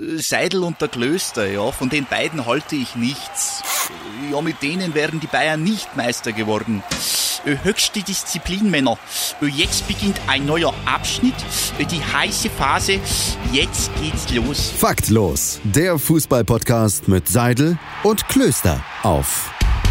Seidel und der Klöster, ja, von den beiden halte ich nichts. Ja, mit denen wären die Bayern nicht Meister geworden. Höchste Disziplin, Männer. Jetzt beginnt ein neuer Abschnitt, die heiße Phase. Jetzt geht's los. Faktlos, der Fußball-Podcast mit Seidel und Klöster auf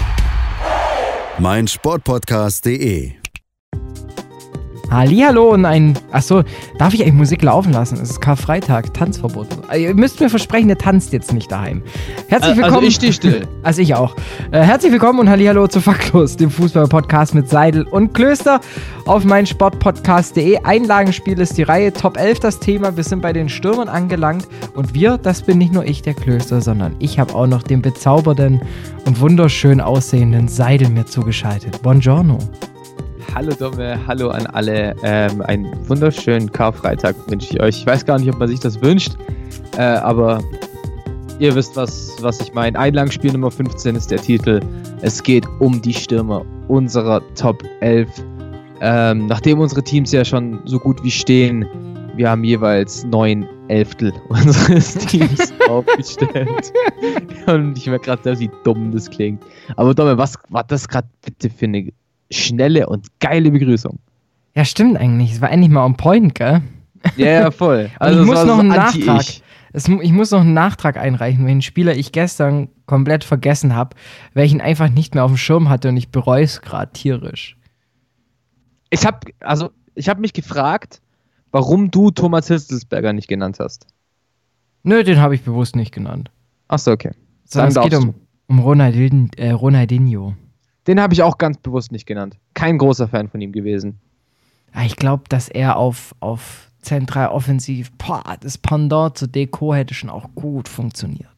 meinsportpodcast.de. Hallihallo und darf ich eigentlich Musik laufen lassen? Es ist Karfreitag, Tanzverbot. Ihr müsst mir versprechen, ihr tanzt jetzt nicht daheim. Herzlich willkommen. Also ich stehe still. Also ich auch. Herzlich willkommen und Hallihallo zu Faktlos, dem Fußball-Podcast mit Seidel und Klöster auf meinsportpodcast.de. Einlagenspiel ist die Reihe, Top 11 das Thema. Wir sind bei den Stürmern angelangt und das bin nicht nur ich, der Klöster, sondern ich habe auch noch den bezaubernden und wunderschön aussehenden Seidel mir zugeschaltet. Buongiorno. Hallo Domme, hallo an alle. Einen wunderschönen Karfreitag wünsche ich euch. Ich weiß gar nicht, ob man sich das wünscht, aber ihr wisst, was ich meine. Einlagenspiel Nummer 15 ist der Titel. Es geht um die Stürmer unserer Top 11. Nachdem unsere Teams ja schon so gut wie stehen, wir haben jeweils 9 Elftel unseres Teams aufgestellt. Und ich merke gerade, wie dumm das klingt. Aber Domme, was war das gerade bitte für eine schnelle und geile Begrüßung? Ja, stimmt eigentlich. Es war endlich mal on point, gell? Ja, voll. Also ich muss noch einen Nachtrag. Ich muss noch einen Nachtrag einreichen, welchen Spieler ich gestern komplett vergessen habe, welchen einfach nicht mehr auf dem Schirm hatte und ich bereue es gerade tierisch. Ich habe mich gefragt, warum du Thomas Hitzelsberger nicht genannt hast. Nö, den habe ich bewusst nicht genannt. Achso, okay. Sondern es geht um Ronaldinho. Den habe ich auch ganz bewusst nicht genannt. Kein großer Fan von ihm gewesen. Ja, ich glaube, dass er auf zentral offensiv, das Pendant zu Deco hätte schon auch gut funktioniert.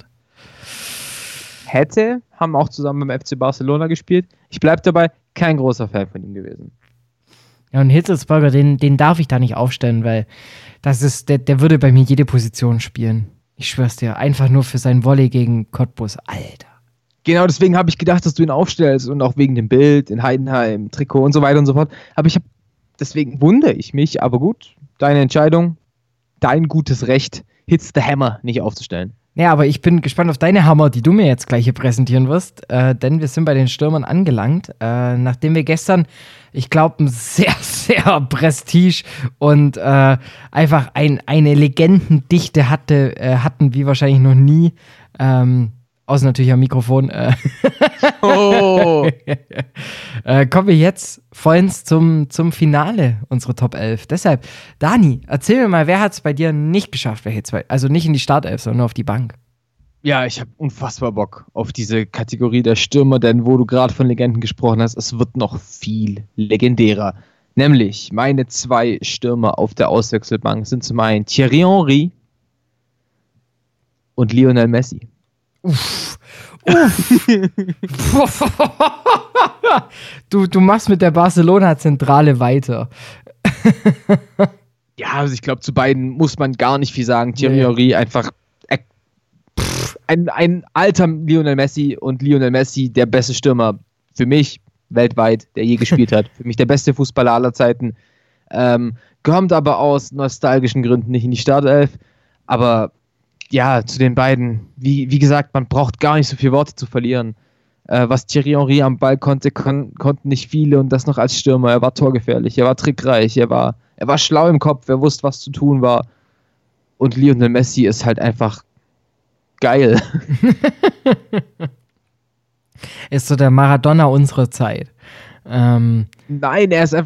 Haben auch zusammen beim FC Barcelona gespielt. Ich bleibe dabei, kein großer Fan von ihm gewesen. Ja, und Hitzelsberger, den darf ich da nicht aufstellen, weil der würde bei mir jede Position spielen. Ich schwör's dir, einfach nur für sein Volley gegen Cottbus, Alter. Genau, deswegen habe ich gedacht, dass du ihn aufstellst und auch wegen dem Bild in Heidenheim, Trikot und so weiter und so fort. Aber deswegen wundere ich mich, aber gut, deine Entscheidung, dein gutes Recht, Hits the Hammer nicht aufzustellen. Ja, aber ich bin gespannt auf deine Hammer, die du mir jetzt gleich hier präsentieren wirst, denn wir sind bei den Stürmern angelangt, nachdem wir gestern, ich glaube, ein sehr, sehr Prestige und einfach eine Legendendichte hatten wie wahrscheinlich noch nie, außer natürlich am Mikrofon. Oh. Kommen wir jetzt vollends zum Finale unserer Top 11. Deshalb, Dani, erzähl mir mal, wer hat es bei dir nicht geschafft? Also nicht in die Startelf, sondern nur auf die Bank. Ja, ich habe unfassbar Bock auf diese Kategorie der Stürmer, denn wo du gerade von Legenden gesprochen hast, es wird noch viel legendärer. Nämlich meine 2 Stürmer auf der Auswechselbank sind zum einen Thierry Henry und Lionel Messi. Uff. Du machst mit der Barcelona-Zentrale weiter. Ja, also ich glaube, zu beiden muss man gar nicht viel sagen. Thierry Henry einfach ein alter Lionel Messi und Lionel Messi der beste Stürmer für mich weltweit, der je gespielt hat. Für mich der beste Fußballer aller Zeiten. Kommt aber aus nostalgischen Gründen nicht in die Startelf. Aber ja, zu den beiden, wie gesagt, man braucht gar nicht so viele Worte zu verlieren. Was Thierry Henry am Ball konnten nicht viele und das noch als Stürmer. Er war torgefährlich, er war trickreich, er war schlau im Kopf, er wusste, was zu tun war. Und Lionel Messi ist halt einfach geil. Ist so der Maradona unserer Zeit. Nein, er ist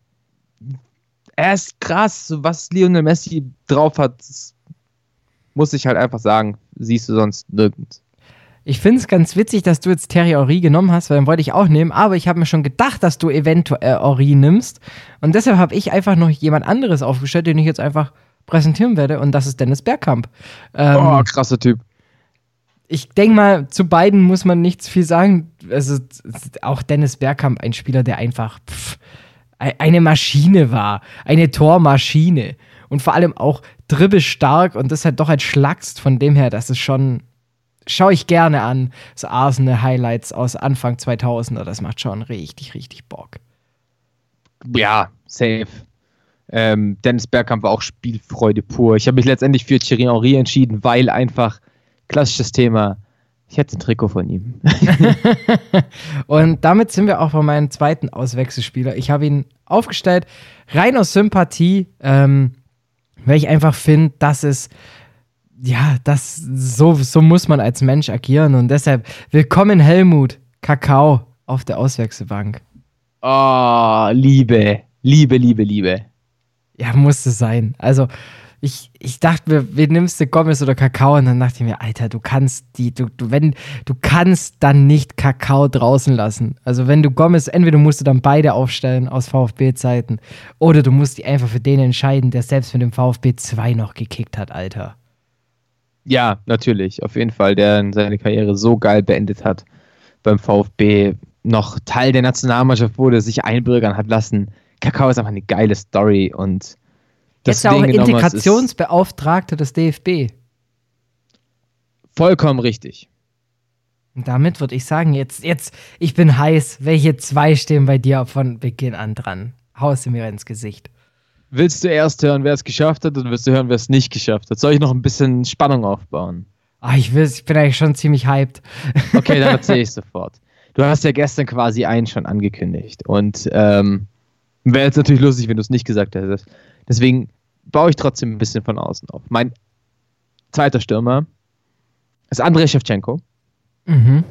krass, was Lionel Messi drauf hat. Muss ich halt einfach sagen, siehst du sonst nirgends. Ich finde es ganz witzig, dass du jetzt Thierry Henry genommen hast, weil den wollte ich auch nehmen, aber ich habe mir schon gedacht, dass du eventuell Henry nimmst und deshalb habe ich einfach noch jemand anderes aufgestellt, den ich jetzt einfach präsentieren werde und das ist Dennis Bergkamp. Krasser Typ. Ich denke mal, zu beiden muss man nichts viel sagen. Also auch Dennis Bergkamp, ein Spieler, der einfach eine Maschine war, eine Tormaschine. Und vor allem auch dribbelstark und das halt doch als Schlagst. Von dem her, das ist schon, schaue ich gerne an, so Arsenal-Highlights aus Anfang 2000er. Das macht schon richtig, richtig Bock. Ja, safe. Dennis Bergkamp war auch Spielfreude pur. Ich habe mich letztendlich für Thierry Henry entschieden, weil einfach, klassisches Thema, ich hätte ein Trikot von ihm. Und damit sind wir auch bei meinem zweiten Auswechselspieler. Ich habe ihn aufgestellt, rein aus Sympathie, weil ich einfach finde, so muss man als Mensch agieren. Und deshalb, willkommen Helmut, Kakao auf der Auswechselbank. Oh, Liebe. Ja, musste sein. Also, ich dachte mir, wen nimmst du, Gomez oder Kakao? Und dann dachte ich mir, Alter, du kannst dann nicht Kakao draußen lassen. Also, wenn du Gomez, entweder musst du dann beide aufstellen aus VfB-Zeiten oder du musst dich einfach für den entscheiden, der selbst mit dem VfB 2 noch gekickt hat, Alter. Ja, natürlich, auf jeden Fall, der seine Karriere so geil beendet hat beim VfB, noch Teil der Nationalmannschaft wurde, sich einbürgern hat lassen. Kakao ist einfach eine geile Story und jetzt auch Integrationsbeauftragter des DFB. Vollkommen richtig. Und damit würde ich sagen, jetzt, ich bin heiß. Welche 2 stehen bei dir von Beginn an dran? Haust du mir ins Gesicht. Willst du erst hören, wer es geschafft hat, oder willst du hören, wer es nicht geschafft hat? Soll ich noch ein bisschen Spannung aufbauen? Ich bin eigentlich schon ziemlich hyped. Okay, dann erzähle ich sofort. Du hast ja gestern quasi einen schon angekündigt. Und wäre jetzt natürlich lustig, wenn du es nicht gesagt hättest. Deswegen baue ich trotzdem ein bisschen von außen auf. Mein zweiter Stürmer ist Andrei Shevchenko. Mhm.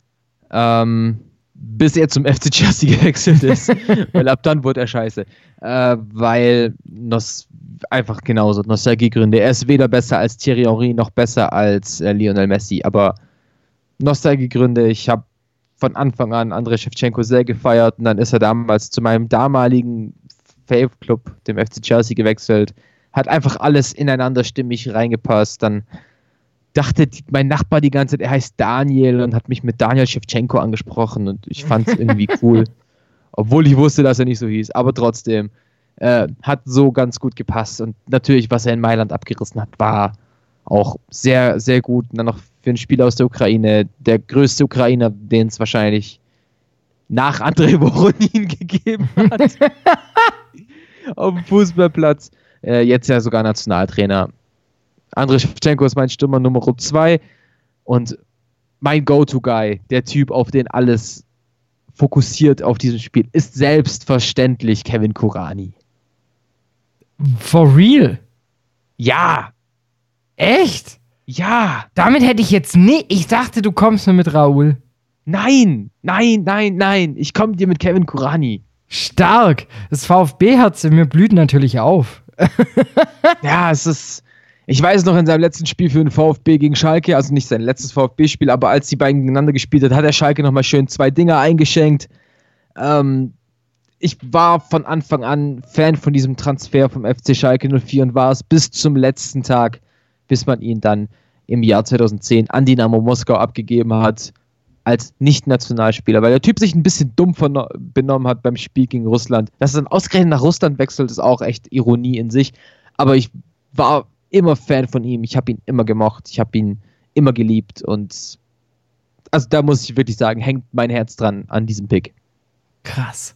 Bis er zum FC Chelsea gewechselt ist. Weil ab dann wurde er scheiße. Weil einfach genauso Nostalgiegründe. Er ist weder besser als Thierry Henry noch besser als Lionel Messi. Aber Nostalgiegründe, ich habe von Anfang an Andrei Shevchenko sehr gefeiert und dann ist er damals zu meinem damaligen Fave-Club, dem FC Chelsea, gewechselt. Hat einfach alles ineinander stimmig reingepasst. Dann dachte mein Nachbar die ganze Zeit, er heißt Daniel und hat mich mit Daniel Shevchenko angesprochen und ich fand es irgendwie cool. Obwohl ich wusste, dass er nicht so hieß. Aber trotzdem, hat so ganz gut gepasst. Und natürlich, was er in Mailand abgerissen hat, war auch sehr, sehr gut. Und dann noch für einen Spieler aus der Ukraine, der größte Ukrainer, den es wahrscheinlich nach Andrei Voronin gegeben hat. Auf dem Fußballplatz. Jetzt ja sogar Nationaltrainer. Andrei Shevchenko ist mein Stürmer Nummer 2 und mein Go-To-Guy, der Typ, auf den alles fokussiert auf diesem Spiel, ist selbstverständlich Kevin Kurani. For real? Ja! Echt? Ja! Damit hätte ich jetzt nicht. Ich dachte, du kommst nur mit Raoul. Nein! Ich komme dir mit Kevin Kurani. Stark! Das VfB-Herz in mir blüht natürlich auf. Ja, es ist. Ich weiß noch, in seinem letzten Spiel für den VfB gegen Schalke, also nicht sein letztes VfB-Spiel, aber als die beiden gegeneinander gespielt hat er Schalke nochmal schön 2 Dinger eingeschenkt. Ich war von Anfang an Fan von diesem Transfer vom FC Schalke 04 und war es bis zum letzten Tag, bis man ihn dann im Jahr 2010 an Dynamo Moskau abgegeben hat, als Nicht-Nationalspieler, weil der Typ sich ein bisschen dumm benommen hat beim Spiel gegen Russland. Dass er dann ausgerechnet nach Russland wechselt, ist auch echt Ironie in sich. Aber ich war immer Fan von ihm. Ich habe ihn immer gemocht. Ich habe ihn immer geliebt. Und also da muss ich wirklich sagen, hängt mein Herz dran an diesem Pick. Krass.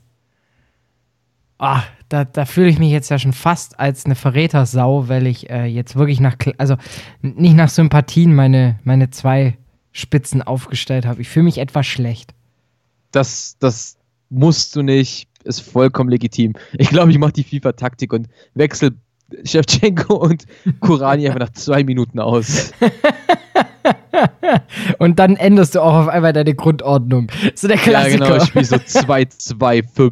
Da fühle ich mich jetzt ja schon fast als eine Verrätersau, weil ich jetzt wirklich nicht nach Sympathien meine 2 Spitzen aufgestellt habe. Ich fühle mich etwas schlecht. Das musst du nicht. Ist vollkommen legitim. Ich glaube, ich mache die FIFA-Taktik und wechsle Shevchenko und Kurani einfach nach 2 Minuten aus. Und dann änderst du auch auf einmal deine Grundordnung. So der Klassiker. Ja, genau. Ich spiele so 2-2-5.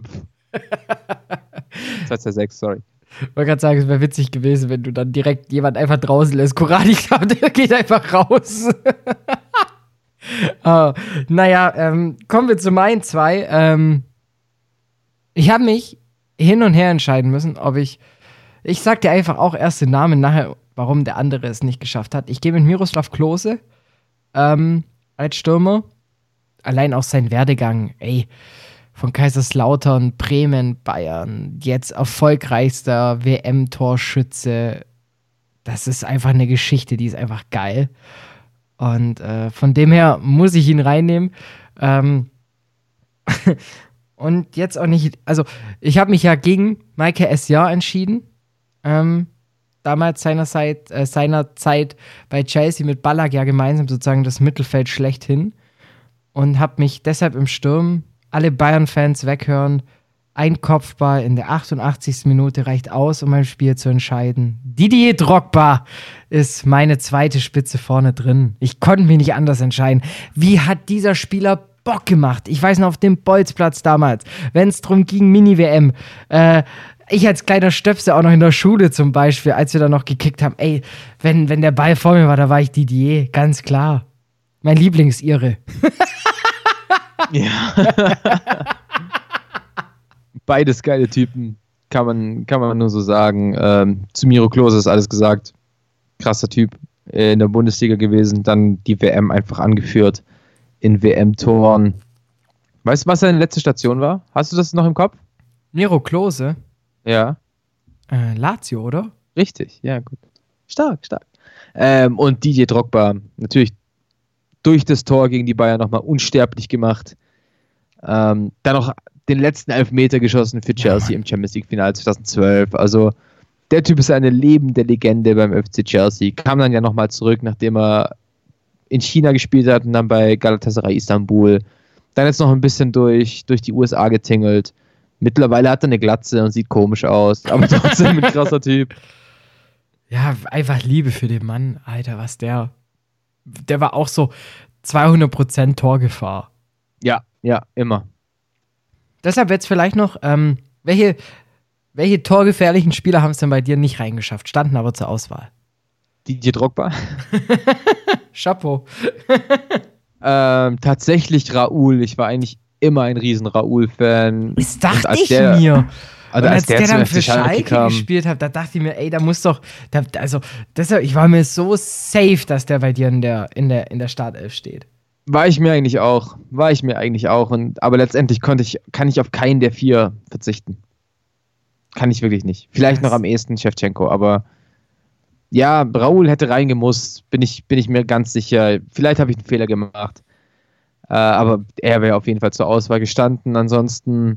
2-2-6, sorry. Ich wollte gerade sagen, es wäre witzig gewesen, wenn du dann direkt jemand einfach draußen lässt. Kurani, der geht einfach raus. Kommen wir zu meinen 2. Ich habe mich hin und her entscheiden müssen, ob ich sag dir einfach auch erst den Namen nachher, warum der andere es nicht geschafft hat. Ich gehe mit Miroslav Klose als Stürmer. Allein auch sein Werdegang, von Kaiserslautern, Bremen, Bayern, jetzt erfolgreichster WM-Torschütze. Das ist einfach eine Geschichte, die ist einfach geil. Und von dem her muss ich ihn reinnehmen. Und jetzt auch nicht, also ich habe mich ja gegen Michael Essien entschieden. Damals seiner Zeit bei Chelsea mit Ballack ja gemeinsam sozusagen das Mittelfeld schlechthin. Und habe mich deshalb im Sturm, alle Bayern-Fans weghören, ein Kopfball in der 88. Minute reicht aus, um ein Spiel zu entscheiden. Didier Drogba ist meine zweite Spitze vorne drin. Ich konnte mich nicht anders entscheiden. Wie hat dieser Spieler Bock gemacht? Ich weiß noch, auf dem Bolzplatz damals, wenn es darum ging, Mini-WM. Ich als kleiner Stöpsel auch noch in der Schule zum Beispiel, als wir da noch gekickt haben. Ey, wenn der Ball vor mir war, da war ich Didier, ganz klar. Mein Lieblingsire. Ja. Beides geile Typen, kann man nur so sagen. Zu Miro Klose ist alles gesagt. Krasser Typ in der Bundesliga gewesen, dann die WM einfach angeführt in WM-Toren. Weißt du, was seine letzte Station war? Hast du das noch im Kopf? Miro Klose? Ja. Lazio, oder? Richtig, ja, gut. Stark. Und Didier Drogba, natürlich durch das Tor gegen die Bayern nochmal unsterblich gemacht. Dann noch den letzten Elfmeter geschossen für Chelsea im Champions League-Finale 2012. Also der Typ ist eine lebende Legende beim FC Chelsea. Kam dann ja nochmal zurück, nachdem er in China gespielt hat und dann bei Galatasaray Istanbul. Dann jetzt noch ein bisschen durch die USA getingelt. Mittlerweile hat er eine Glatze und sieht komisch aus, aber trotzdem ein krasser Typ. Ja, einfach Liebe für den Mann. Alter, was der war auch so 200% Torgefahr. Ja, immer. Deshalb jetzt vielleicht noch, welche torgefährlichen Spieler haben es denn bei dir nicht reingeschafft, standen aber zur Auswahl? Didier Drogba? Chapeau. Tatsächlich Raúl. Ich war eigentlich immer ein riesen Raúl-Fan. Das dachte ich mir. Also als der dann für Schalke Schalke gespielt hat, da dachte ich mir, ey, da muss doch, deshalb, ich war mir so safe, dass der bei dir in der Startelf steht. War ich mir eigentlich auch. Aber letztendlich kann ich auf keinen der 4 verzichten. Kann ich wirklich nicht. Vielleicht noch am ehesten Shevchenko, aber ja, Raúl hätte reingemusst, bin ich mir ganz sicher. Vielleicht habe ich einen Fehler gemacht. Aber er wäre auf jeden Fall zur Auswahl gestanden. Ansonsten,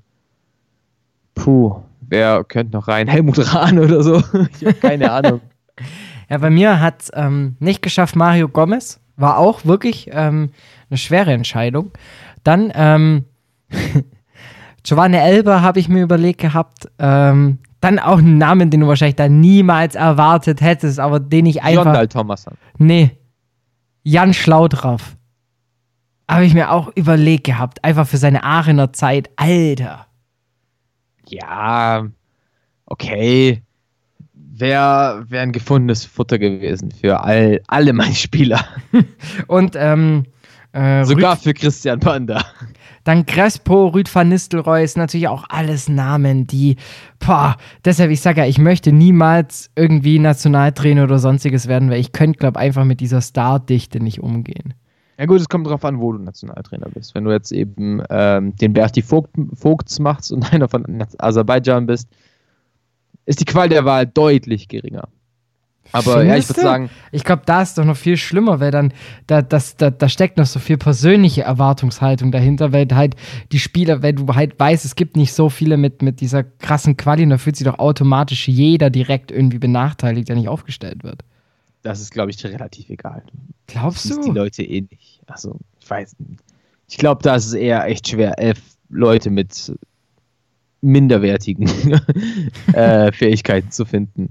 wer könnte noch rein? Helmut Rahn oder so? Ich habe keine Ahnung. Ja, bei mir hat nicht geschafft Mario Gomez. War auch wirklich eine schwere Entscheidung. Dann Giovanni Elber habe ich mir überlegt gehabt. Dann auch einen Namen, den du wahrscheinlich da niemals erwartet hättest, aber den ich einfach... Jondal Thomasson. Nee. Jan Schlaudraff. Habe ich mir auch überlegt gehabt. Einfach für seine Aachener Zeit. Alter. Ja, okay. Wäre ein gefundenes Futter gewesen für alle meine Spieler. Und sogar für Christian Panda. Dann Crespo, Ruud van Nistelrooy ist natürlich auch alles Namen, die, deshalb, ich sage ja, ich möchte niemals irgendwie Nationaltrainer oder sonstiges werden, weil ich könnte, glaube ich, einfach mit dieser Stardichte nicht umgehen. Ja gut, es kommt darauf an, wo du Nationaltrainer bist. Wenn du jetzt eben den Berti Vogts machst und einer von Aserbaidschan bist, ist die Qual der Wahl deutlich geringer. Aber ja, ich würde sagen... Ich glaube, da ist doch noch viel schlimmer, weil dann, da steckt noch so viel persönliche Erwartungshaltung dahinter, weil halt die Spieler, wenn du halt weißt, es gibt nicht so viele mit dieser krassen Quali, und da fühlt sich doch automatisch jeder direkt irgendwie benachteiligt, der nicht aufgestellt wird. Das ist, glaube ich, relativ egal. Glaubst du? Das ist die Leute eh nicht. Also, ich weiß nicht. Ich glaube, da ist es eher echt schwer, 11 Leute mit minderwertigen Fähigkeiten zu finden.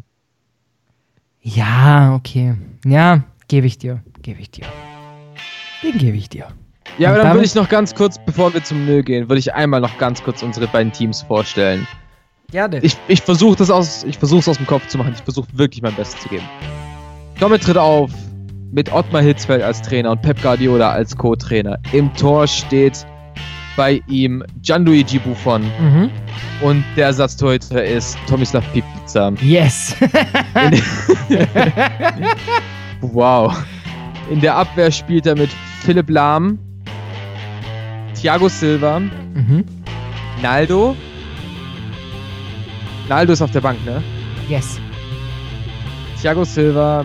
Ja, okay. Ja, gebe ich dir. Den gebe ich dir. Ja, aber dann würde ich noch ganz kurz, bevor wir zum Nö gehen, würde ich einmal noch ganz kurz unsere beiden Teams vorstellen. Gerne. Ich versuche es aus dem Kopf zu machen. Ich versuche wirklich mein Bestes zu geben. Dommel tritt auf mit Ottmar Hitzfeld als Trainer und Pep Guardiola als Co-Trainer. Im Tor steht bei ihm Gianluigi Buffon. Mhm. Und der Ersatztorhüter ist Tomislav Piplica. Yes! Wow. In der Abwehr spielt er mit Philipp Lahm, Thiago Silva, Naldo. Naldo ist auf der Bank, ne? Yes. Thiago Silva,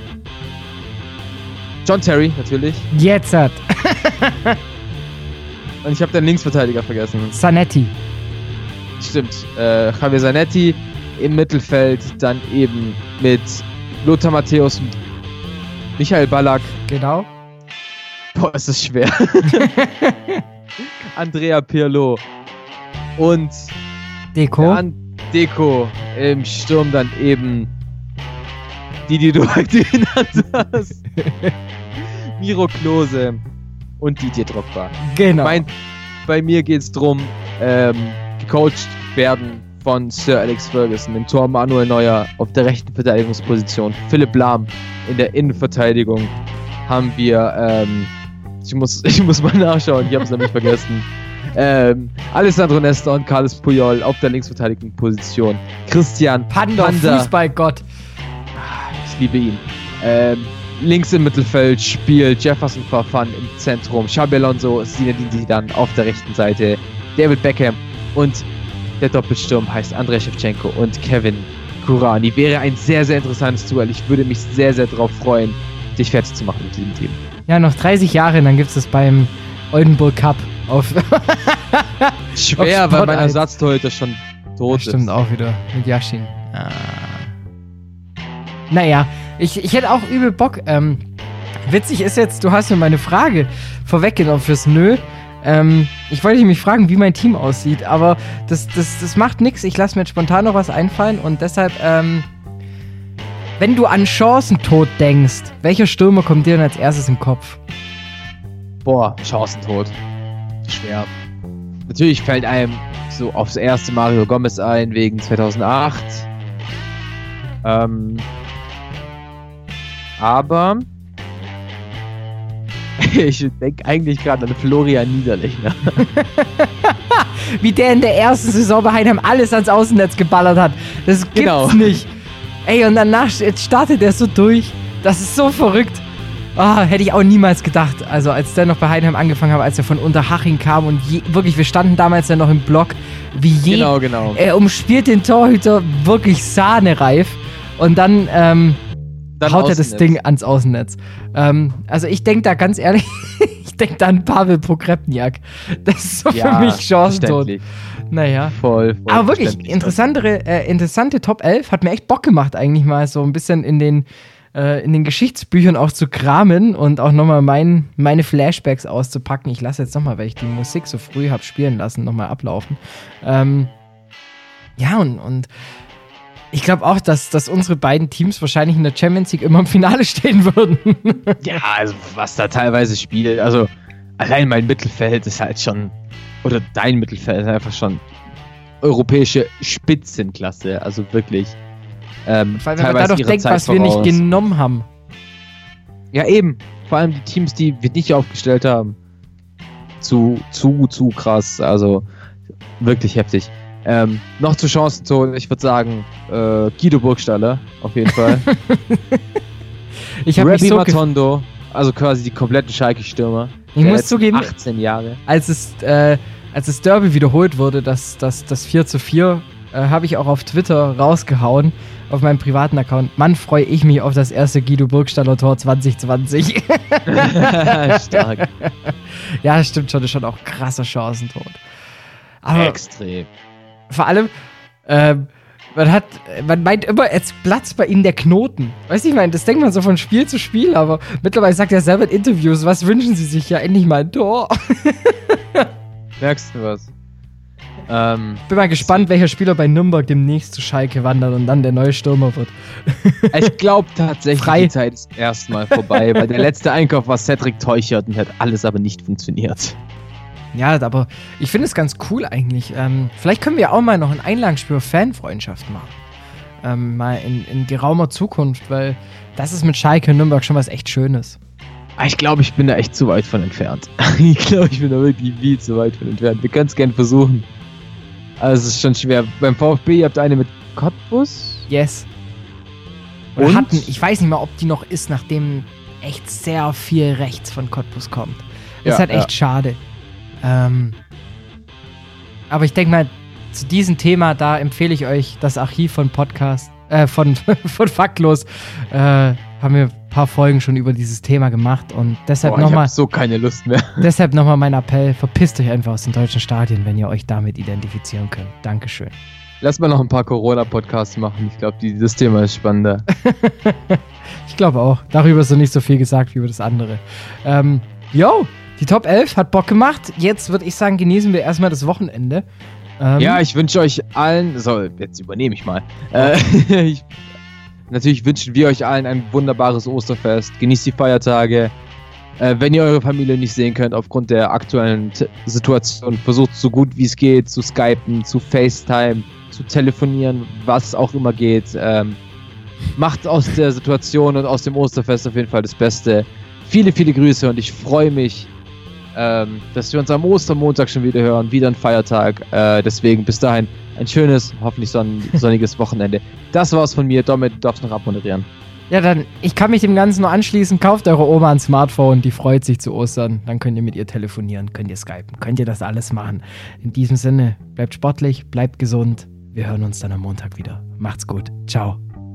John Terry natürlich. Jetzt hat. Und ich habe den Linksverteidiger vergessen. Zanetti. Stimmt. Javier Zanetti im Mittelfeld, dann eben mit Lothar Matthäus und Michael Ballack. Genau. Boah, ist das schwer. Andrea Pirlo und Deco. Deco im Sturm dann eben die du heute genannt hast. Miro Klose und Didier Drogba. Genau. Bei mir geht's drum, gecoacht werden von Sir Alex Ferguson, im Tor Manuel Neuer auf der rechten Verteidigungsposition, Philipp Lahm in der Innenverteidigung haben wir, ich muss mal nachschauen, ich habe es nämlich vergessen, Alessandro Nesta und Carles Puyol auf der Linksverteidigungsposition, Christian Panda. Fußballgott. Ich liebe ihn. Links im Mittelfeld spielt Jefferson Farfan im Zentrum, Xabi Alonso, Zinedine Zidane auf der rechten Seite, David Beckham und der Doppelsturm heißt Andrei Shevchenko und Kevin Kurani. Wäre ein sehr, sehr interessantes Duell. Ich würde mich sehr, sehr darauf freuen, dich fertig zu machen mit diesem Team. Ja, noch 30 Jahre, dann gibt es beim Oldenburg Cup auf. Schwer, auf weil mein Ersatztorhüter schon tot ist. Stimmt auch wieder mit Yashin. Naja, ich hätte auch übel Bock. Witzig ist jetzt, du hast mir meine Frage vorweggenommen fürs Nö. Ich wollte mich fragen, wie mein Team aussieht, aber das macht nichts. Ich lasse mir jetzt spontan noch was einfallen und deshalb, wenn du an Chancentod denkst, welcher Stürmer kommt dir denn als erstes im Kopf? Boah, Chancentod. Schwer. Natürlich fällt einem so aufs erste Mario Gomez ein, wegen 2008. Aber ich denke eigentlich gerade an Florian Niederlechner. Wie der in der ersten Saison bei Heidenheim alles ans Außennetz geballert hat. Das gibt's nicht. Ey, und danach jetzt startet er so durch. Das ist so verrückt. Hätte ich auch niemals gedacht. Also als der noch bei Heidenheim angefangen hat, als er von Unterhaching kam und wirklich, wir standen damals ja noch im Block, wie Genau. Er umspielt den Torhüter wirklich sahnereif und dann haut er das Ding ans Außennetz. Also ich denke da ganz ehrlich, ich denke da an Pavel Pogrebniak. Das ist so für mich Chancentod. Naja. Voll aber wirklich, interessante Top 11. Hat mir echt Bock gemacht, eigentlich mal so ein bisschen in den Geschichtsbüchern auch zu kramen und auch nochmal meine Flashbacks auszupacken. Ich lasse jetzt nochmal, weil ich die Musik so früh habe spielen lassen, nochmal ablaufen. Ja, und ich glaube auch, dass unsere beiden Teams wahrscheinlich in der Champions League immer im Finale stehen würden. Ja, also was da teilweise spielt, also allein mein Mittelfeld ist halt schon, oder dein Mittelfeld ist einfach schon europäische Spitzenklasse, also wirklich. Vor allem, wenn man da doch denkt, was wir nicht genommen haben. Ja, eben. Vor allem die Teams, die wir nicht aufgestellt haben. Zu krass, also wirklich heftig. Noch zu Chancentod, ich würde sagen, Guido Burgstaller, auf jeden Fall. Ich habe Rabbi Matondo, also quasi die kompletten Schalke-Stürmer. Ich muss zugeben, 18 Jahre. Als das Derby wiederholt wurde, das 4:4, habe ich auch auf Twitter rausgehauen, auf meinem privaten Account. Mann, freue ich mich auf das erste Guido Burgstaller Tor 2020. Stark. Ja, das stimmt schon, das ist schon auch krasser Chancentod. Aber extrem. Vor allem, man meint immer, jetzt platzt bei ihnen der Knoten. Weißt du, ich meine, das denkt man so von Spiel zu Spiel, aber mittlerweile sagt er selber in Interviews, was wünschen sie sich? Ja, endlich mal ein Tor. Merkst du was? Bin mal gespannt, welcher Spieler bei Nürnberg demnächst zu Schalke wandert und dann der neue Stürmer wird. Ich glaube tatsächlich, die Zeit ist erstmal vorbei, weil der letzte Einkauf war Cedric Teuchert und hat alles aber nicht funktioniert. Ja, aber ich finde es ganz cool eigentlich. Vielleicht können wir auch mal noch ein Einlagenspiel für Fanfreundschaft machen. Mal in geraumer Zukunft, weil das ist mit Schalke und Nürnberg schon was echt Schönes. Ich glaube, ich bin da echt zu weit von entfernt. Ich glaube, ich bin da wirklich viel zu weit von entfernt. Wir können es gerne versuchen. Also es ist schon schwer. Beim VfB, ihr habt eine mit Cottbus? Yes. Oder hatten, ich weiß nicht mal, ob die noch ist, nachdem echt sehr viel rechts von Cottbus kommt. Das ist halt echt schade. Aber ich denke mal, zu diesem Thema, da empfehle ich euch das Archiv von Podcast, von Faktlos. Haben wir ein paar Folgen schon über dieses Thema gemacht und deshalb Ich habe so keine Lust mehr. Deshalb nochmal mein Appell, verpisst euch einfach aus den deutschen Stadien, wenn ihr euch damit identifizieren könnt. Dankeschön. Lass mal noch ein paar Corona-Podcasts machen. Ich glaube, das Thema ist spannender. Ich glaube auch. Darüber ist noch nicht so viel gesagt wie über das andere. Die Top 11 hat Bock gemacht. Jetzt würde ich sagen, genießen wir erstmal das Wochenende. Ja, ich wünsche euch allen, so, jetzt übernehme ich mal. Natürlich wünschen wir euch allen ein wunderbares Osterfest. Genießt die Feiertage. Wenn ihr eure Familie nicht sehen könnt aufgrund der aktuellen Situation, versucht so gut wie es geht zu skypen, zu FaceTime, zu telefonieren, was auch immer geht. Macht aus der Situation und aus dem Osterfest auf jeden Fall das Beste. Viele, viele Grüße und ich freue mich, dass wir uns am Ostermontag schon wieder hören. Wieder ein Feiertag. Deswegen bis dahin ein schönes, hoffentlich sonniges Wochenende. Das war's von mir. Dominik, du darfst noch abmoderieren. Ja, dann, ich kann mich dem Ganzen nur anschließen. Kauft eure Oma ein Smartphone, die freut sich zu Ostern. Dann könnt ihr mit ihr telefonieren, könnt ihr skypen, könnt ihr das alles machen. In diesem Sinne, bleibt sportlich, bleibt gesund. Wir hören uns dann am Montag wieder. Macht's gut. Ciao.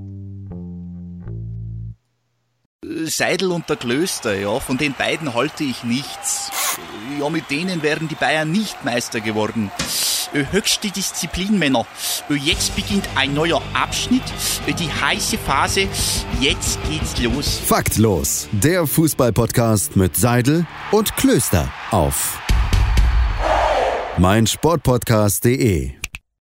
Seidel und der Klöster, ja, von den beiden halte ich nichts. Ja, mit denen wären die Bayern nicht Meister geworden. Höchste Disziplin, Männer. Jetzt beginnt ein neuer Abschnitt, die heiße Phase. Jetzt geht's los. Faktlos, der Fußball-Podcast mit Seidel und Klöster auf meinsportpodcast.de.